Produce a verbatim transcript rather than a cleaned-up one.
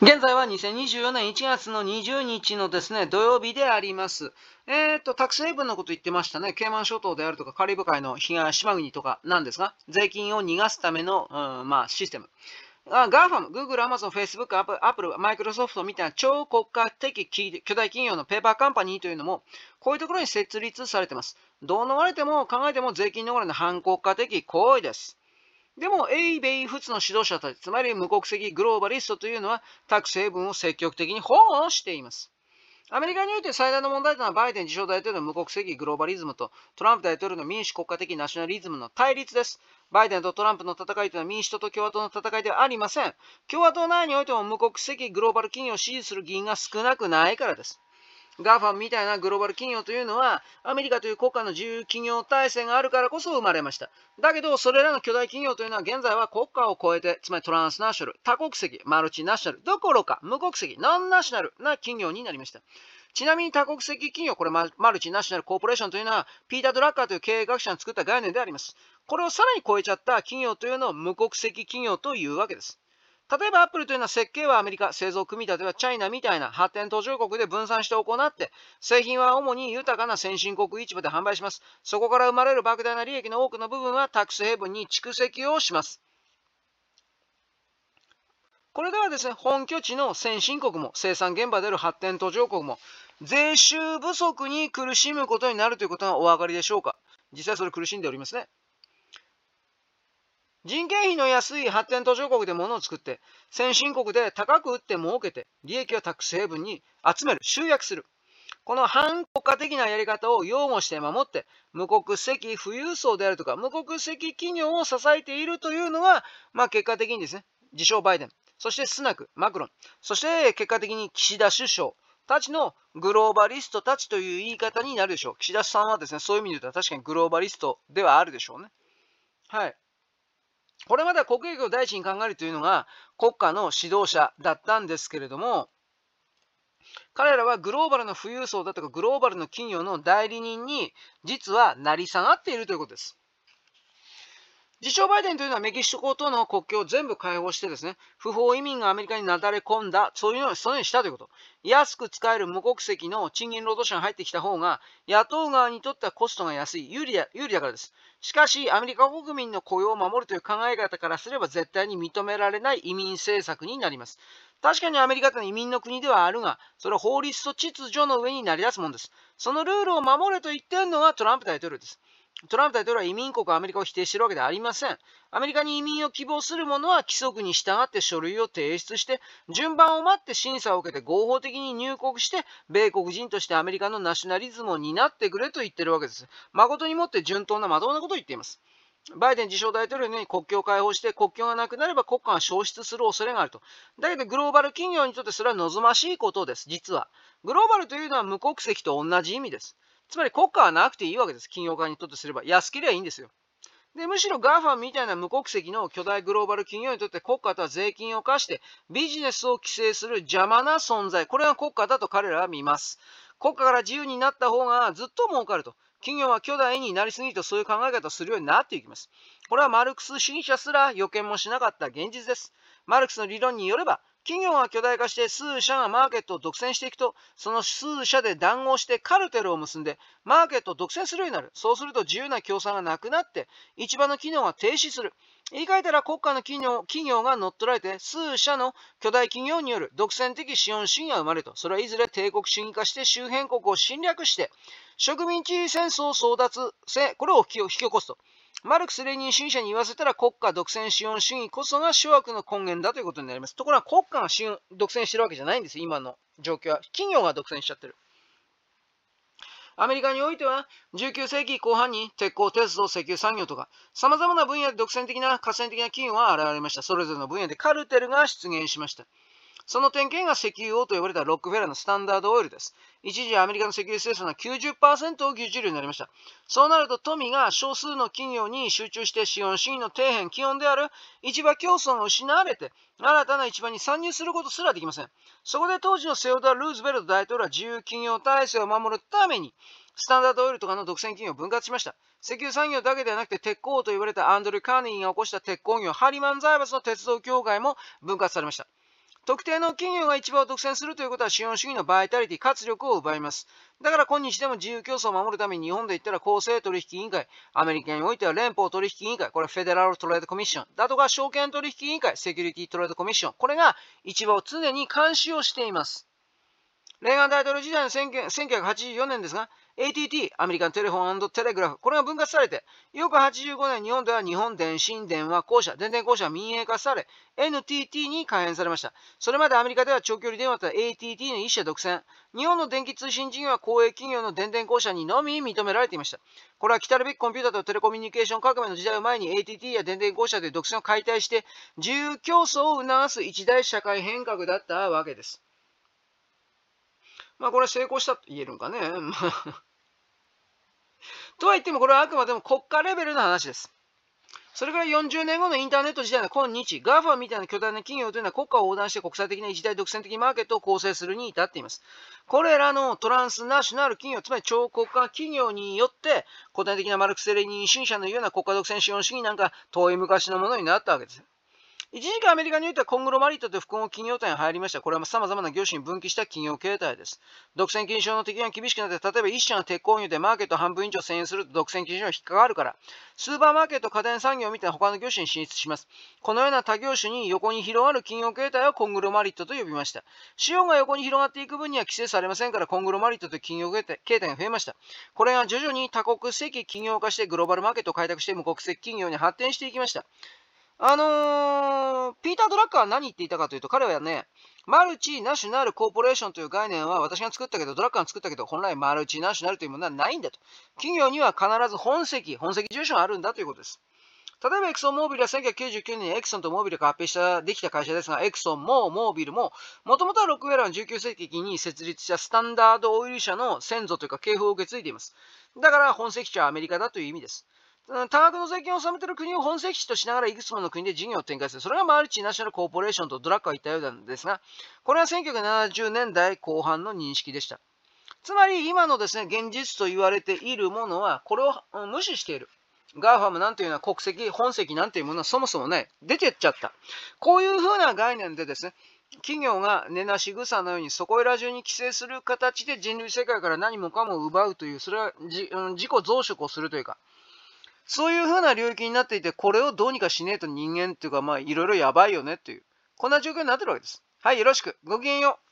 現在はにせんにじゅうよねんいちがつのにじゅうにちのですね、土曜日であります。えっと、タックスヘイブンのこと言ってましたね。ケイマン諸島であるとか、カリブ海の東島国とかなんですが、税金を逃がすための、うん、まあ、システム。あガーファム、Google、Amazon、Facebook、Apple、Microsoft みたいな超国家的巨大企業のペーパーカンパニーというのも、こういうところに設立されています。どう逃れても考えても税金逃れの反国家的行為です。でも、英米仏の指導者たち、つまり無国籍グローバリストというのは、タックスヘイブンを積極的に保護しています。アメリカにおいて最大の問題というのは、バイデン自称大統領の無国籍グローバリズムと、トランプ大統領の民主国家的ナショナリズムの対立です。バイデンとトランプの戦いというのは民主党と共和党の戦いではありません。共和党内においても無国籍グローバル企業を支持する議員が少なくないからです。ガーファムみたいなグローバル企業というのは、アメリカという国家の自由企業体制があるからこそ生まれました。だけど、それらの巨大企業というのは現在は国家を超えて、つまりトランスナショナル、多国籍、マルチナショナル、どころか無国籍、ノンナショナルな企業になりました。ちなみに多国籍企業、これマルチナショナルコーポレーションというのは、ピーター・ドラッカーという経営学者が作った概念であります。これをさらに超えちゃった企業というのを無国籍企業というわけです。例えばアップルというのは設計はアメリカ、製造組み立てはチャイナみたいな発展途上国で分散して行って、製品は主に豊かな先進国市場で販売します。そこから生まれる莫大な利益の多くの部分はタックスヘイブンに蓄積をします。これではですね、本拠地の先進国も生産現場である発展途上国も税収不足に苦しむことになるということがお分かりでしょうか。実際それ苦しんでおりますね。人件費の安い発展途上国で物を作って、先進国で高く売って儲けて、利益をタックスヘイブンに集める、集約する。この反国家的なやり方を擁護して守って、無国籍富裕層であるとか、無国籍企業を支えているというのが、まあ結果的にですね、自称バイデン、そしてスナク、マクロン、そして結果的に岸田首相たちのグローバリストたちという言い方になるでしょう。岸田さんはですね、そういう意味で言うと確かにグローバリストではあるでしょうね。はい。これまでは国益を第一に考えるというのが国家の指導者だったんですけれども、彼らはグローバルの富裕層だとかグローバルの企業の代理人に実は成り下がっているということです。自称バイデンというのはメキシコとの国境を全部開放してですね、不法移民がアメリカになだれ込んだ、そういうのをそのようにしたということ。安く使える無国籍の賃金労働者が入ってきた方が、雇う側にとってはコストが安い、有利だ、有利だからです。しかし、アメリカ国民の雇用を守るという考え方からすれば絶対に認められない移民政策になります。確かにアメリカというのは移民の国ではあるが、それは法律と秩序の上に成り立つものです。そのルールを守れと言っているのがトランプ大統領です。トランプ大統領は移民国アメリカを否定しているわけではありません。アメリカに移民を希望する者は規則に従って書類を提出して、順番を待って審査を受けて合法的に入国して、米国人としてアメリカのナショナリズムを担ってくれと言っているわけです。誠にもって順当なまともなことを言っています。バイデン自称大統領のように国境を開放して国境がなくなれば国家が消失する恐れがあると。だけどグローバル企業にとってそれは望ましいことです。実は。グローバルというのは無国籍と同じ意味です。つまり国家はなくていいわけです。企業家にとってすれば。安ければいいんですよ。で、むしろ ガーファ みたいな無国籍の巨大グローバル企業にとって国家とは税金を課してビジネスを規制する邪魔な存在。これが国家だと彼らは見ます。国家から自由になった方がずっと儲かると。企業は巨大になりすぎるとそういう考え方をするようになっていきます。これはマルクス主義者すら予見もしなかった現実です。マルクスの理論によれば、企業が巨大化して数社がマーケットを独占していくと、その数社で談合してカルテルを結んで、マーケットを独占するようになる。そうすると自由な共産がなくなって、市場の機能が停止する。言い換えたら国家の企業企業が乗っ取られて、数社の巨大企業による独占的資本主義が生まれると。それはいずれ帝国主義化して周辺国を侵略して、植民地戦争争奪戦、これを引き起こすと。マルクス・レーニン主義者に言わせたら国家独占資本主義こそが諸悪の根源だということになります。ところが国家が資本独占してるわけじゃないんです。今の状況は。企業が独占しちゃってる。アメリカにおいてはじゅうきゅうせいきこう半に鉄鋼、鉄道、石油産業とか様々な分野で独占的な河川的な企業が現れました。それぞれの分野でカルテルが出現しました。その典型が石油王と呼ばれたロックフェラーのスタンダードオイルです。一時アメリカの石油生産の きゅうじゅっパーセント を牛耳るようになりました。そうなると富が少数の企業に集中して資本主義の底辺基本である市場競争が失われて新たな市場に参入することすらできません。そこで当時のセオドア・ルーズベルト大統領は自由企業体制を守るためにスタンダードオイルとかの独占企業を分割しました。石油産業だけではなくて鉄鋼と言われたアンドレ・カーネギーが起こした鉄鋼業ハリマン財閥の鉄道協会も分割されました。 特定の企業が市場を独占するということは資本主義のバイタリティ、活力を奪います。だから今日でも自由競争を守るために日本で言ったら公正取引委員会、アメリカにおいては連邦取引委員会、これフェデラルトレードコミッション、だとか証券取引委員会、セキュリティトレードコミッション、これが市場を常に監視をしています。レーガン大統領時代のせんきゅうひゃくはちじゅうよねんですが、エーティーティー、アメリカンテレフォン&テレグラフ、これが分割されて、翌はちじゅうごねん日本では日本電信電話公社、電電公社は民営化され、エヌティーティー に改編されました。それまでアメリカでは長距離電話と エーティーティー の一社独占。日本の電気通信事業は公営企業の電電公社にのみ認められていました。これは来たるべきコンピューターとテレコミュニケーション革命の時代を前に エーティーティー や電電公社で独占を解体して自由競争を促す一大社会変革だったわけです。まあこれは成功したと言えるんかね。とは言ってもこれはあくまでも国家レベルの話です。それからよんじゅうねんごのインターネット時代の今日、ガーファ みたいな巨大な企業というのは国家を横断して国際的な一大独占的マーケットを構成するに至っています。これらのトランスナショナル企業、つまり超国家企業によって古典的なマルクス・レーニン主義者のような国家独占資本主義なんか遠い昔のものになったわけです。一時期アメリカにおいてはコングロマリットという複合企業体が入りました。これは様々な業種に分岐した企業形態です。独占禁止法の適用が厳しくなって、例えば一社の鉄鋼業でマーケットを半分以上占有すると独占禁止法が引っかかるから、スーパーマーケット家電産業みたいな他の業種に進出します。このような他業種に横に広がる企業形態をコングロマリットと呼びました。資本が横に広がっていく分には規制されませんから、コングロマリットという企業形態が増えました。これが徐々に多国籍企業化してグローバルマーケットを開拓して無国籍企業に発展していきました。あのー、ピーター・ドラッカーは何言っていたかというと、彼はね、マルチナショナルコーポレーションという概念は私が作ったけど、ドラッカーが作ったけど、本来マルチナショナルというものはないんだと。企業には必ず本籍、本籍住所があるんだということです。例えばエクソンモービルはせんきゅうひゃくきゅうじゅうきゅうねんにエクソンとモービルが合併したできた会社ですが、エクソンもモービルも、もともとはロックウェラーのじゅうきゅう世紀に設立したスタンダードオイル社の先祖というか系譜を受け継いでいます。だから本籍地はアメリカだという意味です。多額の税金を納めている国を本籍地としながらいくつもの国で事業を展開する。それがマルチナショナルコーポレーションとドラッグは言ったようなんですが、これはせんきゅうひゃくななじゅうねんだいこう半の認識でした。つまり今のですね、現実と言われているものは、これを無視している。ガーファムなんていうのは国籍、本籍なんていうものはそもそもない。出てっちゃった。こういうふうな概念でですね、企業が根なし草のようにそこいら中に規制する形で人類世界から何もかも奪うという、それは自己増殖をするというか、そういうふうな領域になっていて、これをどうにかしねえと人間っていうか、まあいろいろやばいよねっていう、こんな状況になってるわけです。はい、よろしく。ごきげんよう。